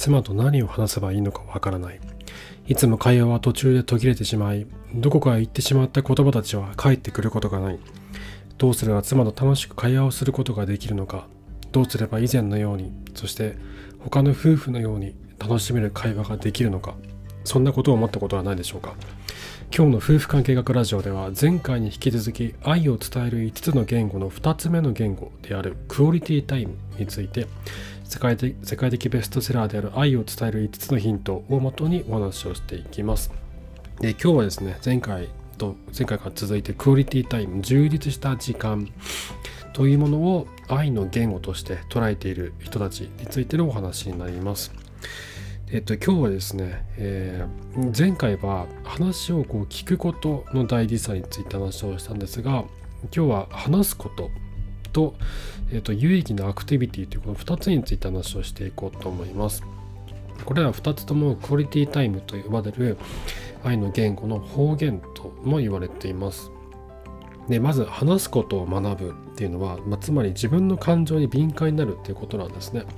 妻と何を話せばいいのかわからない。いつも会話は途中で途切れてしまい、どこかへ行ってしまった言葉たちは帰ってくることがない。どうすれば妻と楽しく会話をすることができるのか。どうすれば以前のように、そして他の夫婦のように楽しめる会話ができるのか。そんなことを思ったことはないでしょうか。今日の夫婦関係学ラジオでは、前回に引き続き愛を伝える5つの言語の2つ目の言語であるクオリティタイムについて、世界的ベストセラーである愛を伝える5つのヒントをもとにお話をしていきます。で、今日はですね、前回から続いてクオリティタイム、充実した時間というものを愛の言語として捉えている人たちについてのお話になります。今日はですね、前回は話を聞くことの大事さについて話をしたんですが、今日は話すことと、有意義なアクティビティというこの2つについて話をしていこうと思います。これら2つともクオリティタイムと呼ばれる愛の言語の方言とも言われています。で、まず話すことを学ぶっていうのは、つまり自分の感情に敏感になるっていうことなんですね。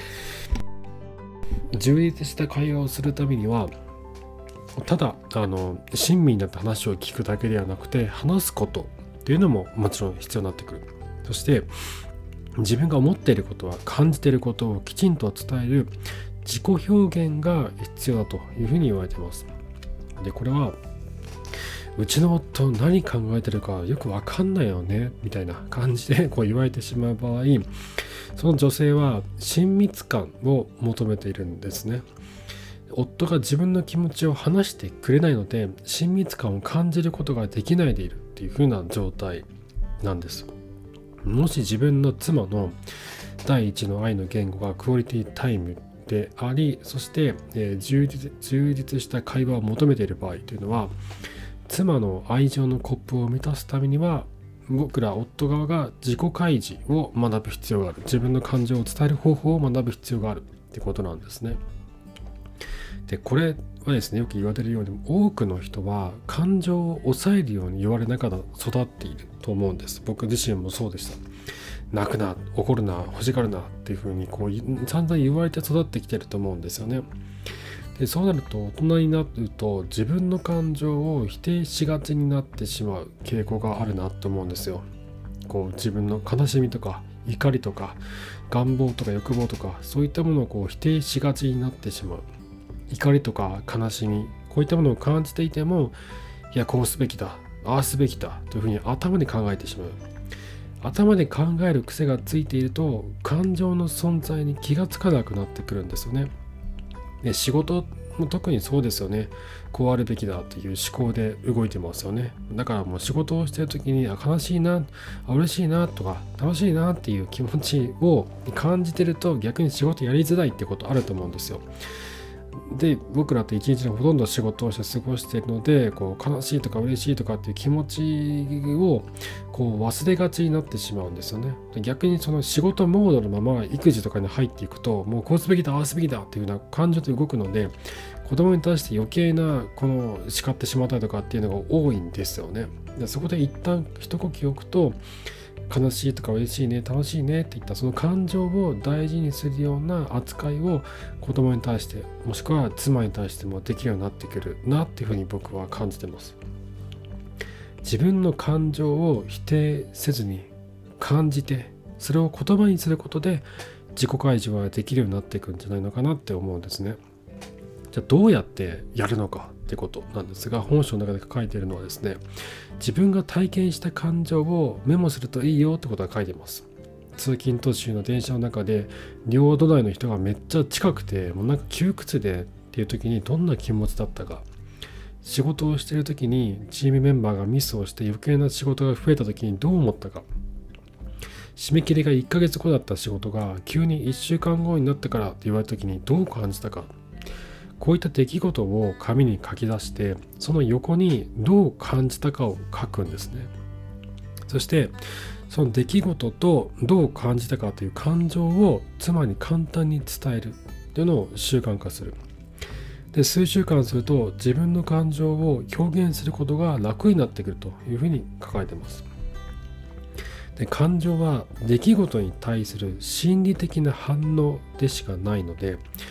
充実した会話をするためには、ただ親身になって話を聞くだけではなくて、話すことっていうのももちろん必要になってくる。そして自分が思っていることは、感じていることをきちんと伝える自己表現が必要だというふうに言われています。で、これはうちの夫何考えてるかよくわかんないよねみたいな感じで言われてしまう場合、その女性は親密感を求めているんですね。夫が自分の気持ちを話してくれないので、親密感を感じることができないでいるっていう風な状態なんです。もし自分の妻の第一の愛の言語がクオリティタイムであり、そして、充実した会話を求めている場合というのは、妻の愛情のコップを満たすためには、僕ら夫側が自己開示を学ぶ必要がある。自分の感情を伝える方法を学ぶ必要があるってことなんですね。で、これはですね、よく言われるように、多くの人は感情を抑えるように言われながら育っていると思うんです。僕自身もそうでした。泣くな、怒るな、欲しがるなっていうふうに散々言われて育ってきてると思うんですよね。で、そうなると大人になると自分の感情を否定しがちになってしまう傾向があるなと思うんですよ。自分の悲しみとか怒りとか願望とか欲望とか、そういったものを否定しがちになってしまう。怒りとか悲しみ、こういったものを感じていても、いや、こうすべきだ、ああすべきだというふうに頭で考えてしまう。頭で考える癖がついていると、感情の存在に気がつかなくなってくるんですよね。で、仕事も特にそうですよね。こうあるべきだという思考で動いてますよね。だからもう仕事をしている時に、悲しいな、嬉しいなとか楽しいなっていう気持ちを感じてると、逆に仕事やりづらいってことあると思うんですよ。で、僕らって一日のほとんど仕事をして過ごしているので、悲しいとか嬉しいとかっていう気持ちを忘れがちになってしまうんですよね。逆にその仕事モードのまま育児とかに入っていくと、もうこうすべきだ、ああすべきだっていうような感情で動くので、子供に対して余計な叱ってしまったりとかっていうのが多いんですよね。で、そこで一旦一呼吸置くと、悲しいとか嬉しいね、楽しいねっていったその感情を大事にするような扱いを子供に対して、もしくは妻に対してもできるようになってくるなっていうふうに僕は感じてます。自分の感情を否定せずに感じて、それを言葉にすることで自己開示はできるようになっていくんじゃないのかなって思うんですね。じゃあどうやってやるのかってことなんですが、本書の中で書いているのはですね、自分が体験した感情をメモするといいよってことが書いています。通勤途中の電車の中で両隣の人がめっちゃ近くて、もう窮屈でっていう時にどんな気持ちだったか、仕事をしている時にチームメンバーがミスをして余計な仕事が増えた時にどう思ったか、締め切りが1ヶ月後だった仕事が急に1週間後になってからって言われた時にどう感じたか、こういった出来事を紙に書き出して、その横にどう感じたかを書くんですね。そしてその出来事とどう感じたかという感情を妻に簡単に伝えるというのを習慣化する。で、数週間すると自分の感情を表現することが楽になってくるというふうに書かれています。で、感情は出来事に対する心理的な反応でしかないので、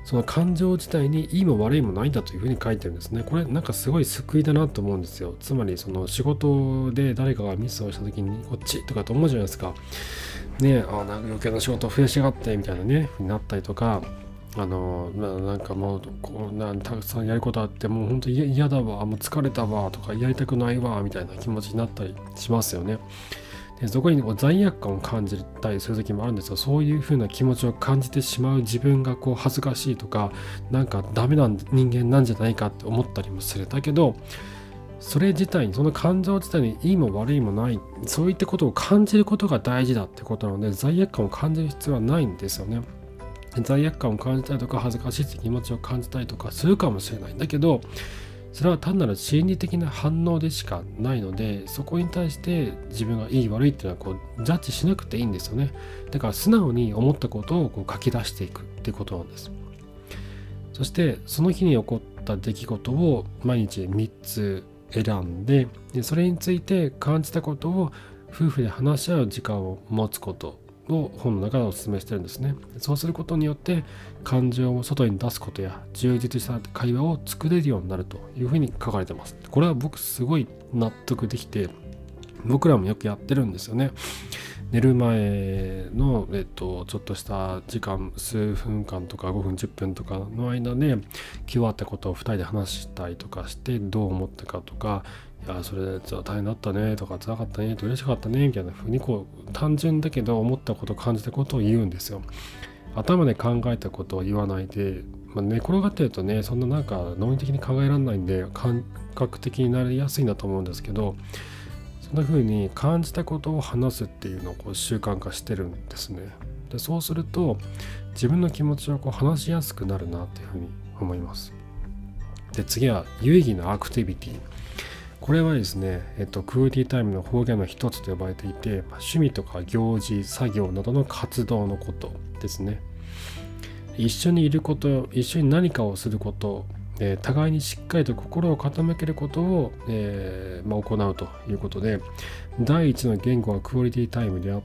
その感情自体にいいも悪いもないんだというふうに書いてるんですね。これなんかすごい救いだなと思うんですよ。つまりその仕事で誰かがミスをした時にこっちとかと思うじゃないですか。ね、なんか余計な仕事を増やしやがってみたいなねふうになったりとか、なんかもうたくさんやることあってもう本当に嫌だわ、もう疲れたわとかやりたくないわみたいな気持ちになったりしますよね。でそこに罪悪感を感じたりする時もあるんですよ。そういうふうな気持ちを感じてしまう自分が恥ずかしいとか、なんかダメな人間なんじゃないかって思ったりもする。だけどそれ自体に、その感情自体にいいも悪いもない、そういったことを感じることが大事だってことなので、罪悪感を感じる必要はないんですよね。罪悪感を感じたりとか恥ずかしいって気持ちを感じたりとかするかもしれないんだけど、それは単なる心理的な反応でしかないので、そこに対して自分がいい悪いっていうのはジャッジしなくていいんですよね。だから素直に思ったことを書き出していくっていうことなんです。そしてその日に起こった出来事を毎日3つ選んで、それについて感じたことを夫婦で話し合う時間を持つことを本の中でお勧めしてるんですね。そうすることによって感情を外に出すことや充実した会話を作れるようになるというふうに書かれてます。これは僕すごい納得できて、僕らもよくやってるんですよね。寝る前の、ちょっとした時間、数分間とか5分10分とかの間で気わったことを2人で話したりとかして、どう思ったかとか、いやそれ大変だったねとか辛かったねと嬉しかったねみたいな風に単純だけど思ったこと感じたことを言うんですよ。頭で考えたことを言わないで、寝転がってるとね、そんななんか論理的に考えられないんで感覚的になりやすいんだと思うんですけど、そんな風に感じたことを話すっていうのを習慣化してるんですね。でそうすると自分の気持ちを話しやすくなるなっていう風に思います。で次は有意義なアクティビティ。これはですね、クオリティタイムの方言の一つと呼ばれていて、趣味とか行事、作業などの活動のことですね。一緒にいること、一緒に何かをすること、互いにしっかりと心を傾けることを、行うということで、第一の言語はクオリティタイムであって、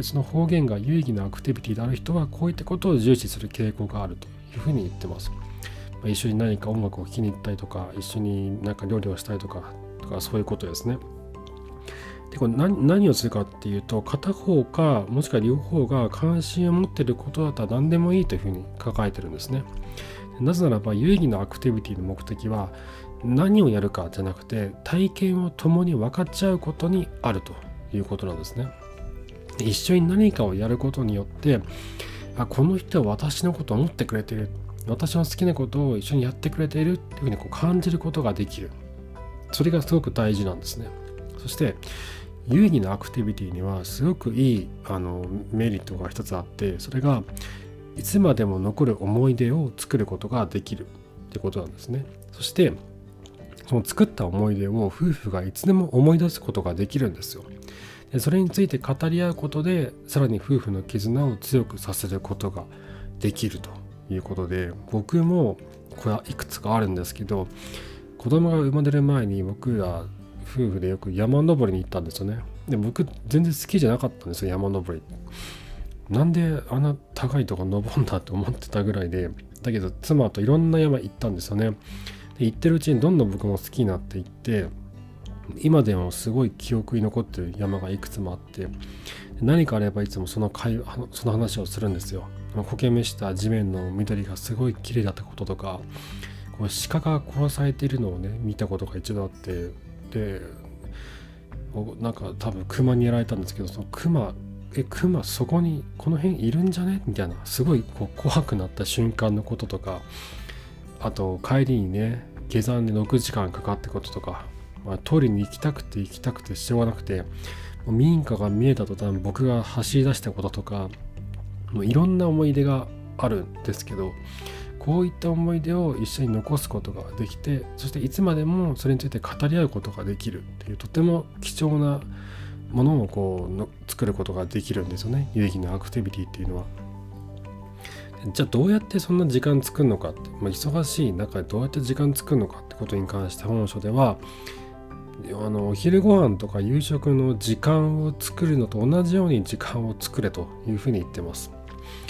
その方言が有意義なアクティビティである人はこういったことを重視する傾向があるというふうに言ってます。一緒に何か音楽を聴きに行ったりとか、一緒に何か料理をしたりとかそういうことですね。でこれ 何をするかっていうと、片方かもしくは両方が関心を持っていることだったら何でもいいというふうに書かれてるんですね。なぜならば有意義なアクティビティの目的は何をやるかじゃなくて、体験を共に分かち合うことにあるということなんですね。一緒に何かをやることによって、この人は私のことを思ってくれている、私の好きなことを一緒にやってくれているっていうふうに感じることができる。それがすごく大事なんですね。そして有意義なアクティビティにはすごくいいメリットが一つあって、それがいつまでも残る思い出を作ることができるってことなんですね。そしてその作った思い出を夫婦がいつでも思い出すことができるんですよ。でそれについて語り合うことで、さらに夫婦の絆を強くさせることができるということで、僕もこれはいくつかあるんですけど、子供が生まれる前に僕ら夫婦でよく山登りに行ったんですよね。で僕全然好きじゃなかったんですよ、山登り。なんであんな高いとこ登るんだと思ってたぐらいで、だけど妻といろんな山行ったんですよね。で行ってるうちにどんどん僕も好きになっていって、今でもすごい記憶に残ってる山がいくつもあって、何かあればいつもその話をするんですよ。苔むした地面の緑がすごい綺麗だったこととか、鹿が殺されているのをね見たことが一度あって、でなんか多分熊にやられたんですけど、その熊そこにこの辺いるんじゃねみたいな、すごい怖くなった瞬間のこととか、あと帰りにね下山で6時間かかったこととか、トイレに行きたくてしょうがなくて、もう民家が見えた途端僕が走り出したこととか、もういろんな思い出があるんですけど、こういった思い出を一緒に残すことができて、そしていつまでもそれについて語り合うことができるっていう、とても貴重なものを作ることができるんですよね、有意義なアクティビティっていうのは。じゃあどうやってそんな時間作るのかって、忙しい中でどうやって時間作るのかってことに関して本書では、お昼ご飯とか夕食の時間を作るのと同じように時間を作れというふうに言ってます。つ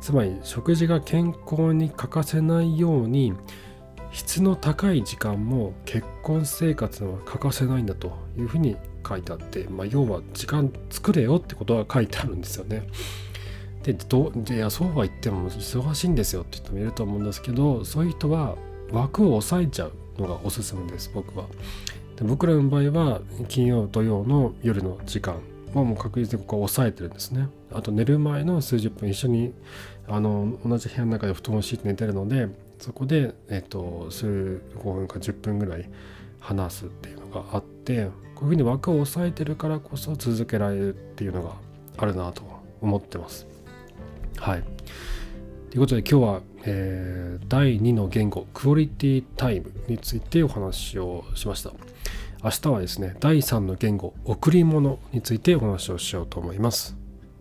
つまり食事が健康に欠かせないように質の高い時間も結婚生活には欠かせないんだというふうに書いてあって、要は時間作れよってことが書いてあるんですよね。でいやそうは言っても忙しいんですよって人もいると思うんですけど、そういう人は枠を抑えちゃうのがおすすめです。僕は。で僕らの場合は金曜土曜の夜の時間はもう確実にここは抑えてるんですね。あと寝る前の数十分一緒に同じ部屋の中で布団を敷いて寝てるので、そこで数5分か10分ぐらい話すっていうのがあって、こういうふうに枠を抑えてるからこそ続けられるっていうのがあるなと思ってます。はい。ということで今日は、第2の言語クオリティタイムについてお話をしました。明日はですね、第3の言語贈り物についてお話をしようと思います。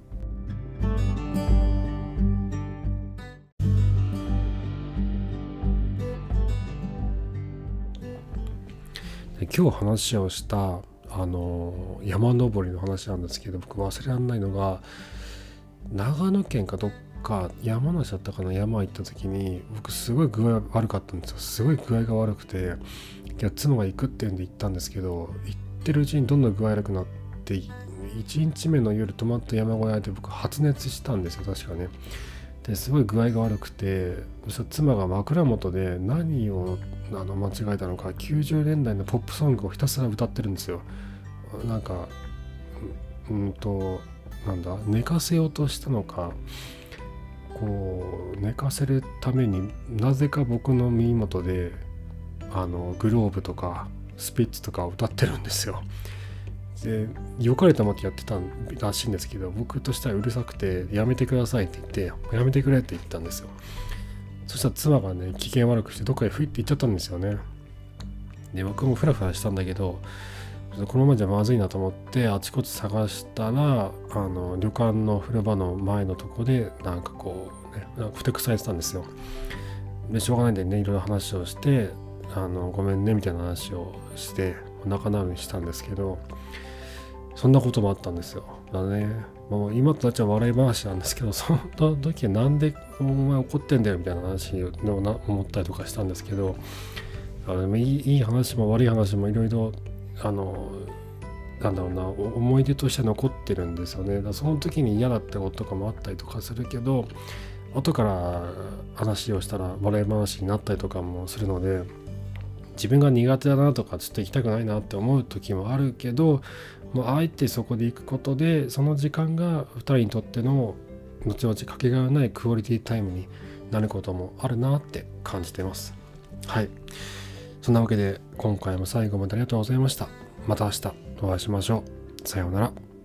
今日話をした山登りの話なんですけど、僕忘れられないのが、長野県かどっか山梨だったかな、山行った時に僕すごい具合悪かったんですよ。すごい具合が悪くて、妻が行くっていうんで行ったんですけど、行ってるうちにどんどん具合悪くなって、1日目の夜泊まった山小屋で僕発熱したんですよ、確かね。ですごい具合が悪くて、そしたら妻が枕元で何を間違えたのか90年代のポップソングをひたすら歌ってるんですよ。なんか寝かせようとしたのか、こう寝かせるためになぜか僕の耳元でグローブとかスピッツとかを歌ってるんですよ。で良かれと思ってやってたらしいんですけど、僕としてはうるさくてやめてくださいって言って、やめてくれって言ったんですよ。そしたら妻がね機嫌悪くしてどっかへふいって行っちゃったんですよね。で僕もフラフラしたんだけど、このままじゃまずいなと思ってあちこち探したら、旅館の風呂場の前のとこでなんかふてくされてたんですよ。でしょうがないんでね、いろいろ話をしてごめんねみたいな話をして仲直りしたんですけど、そんなこともあったんですよ。だね、もう今となっちゃ笑い話なんですけど、その時はなんでお前怒ってんだよみたいな話を思ったりとかしたんですけど、いい話も悪い話もいろいろ思い出として残ってるんですよね。だからその時に嫌だったこととかもあったりとかするけど、後から話をしたら笑い話になったりとかもするので、自分が苦手だなとかちょっと行きたくないなって思う時もあるけど、もうあえてそこで行くことでその時間が2人にとっての後々かけがえのないクオリティタイムになることもあるなって感じています。はい、そんなわけで今回も最後までありがとうございました。また明日お会いしましょう。さようなら。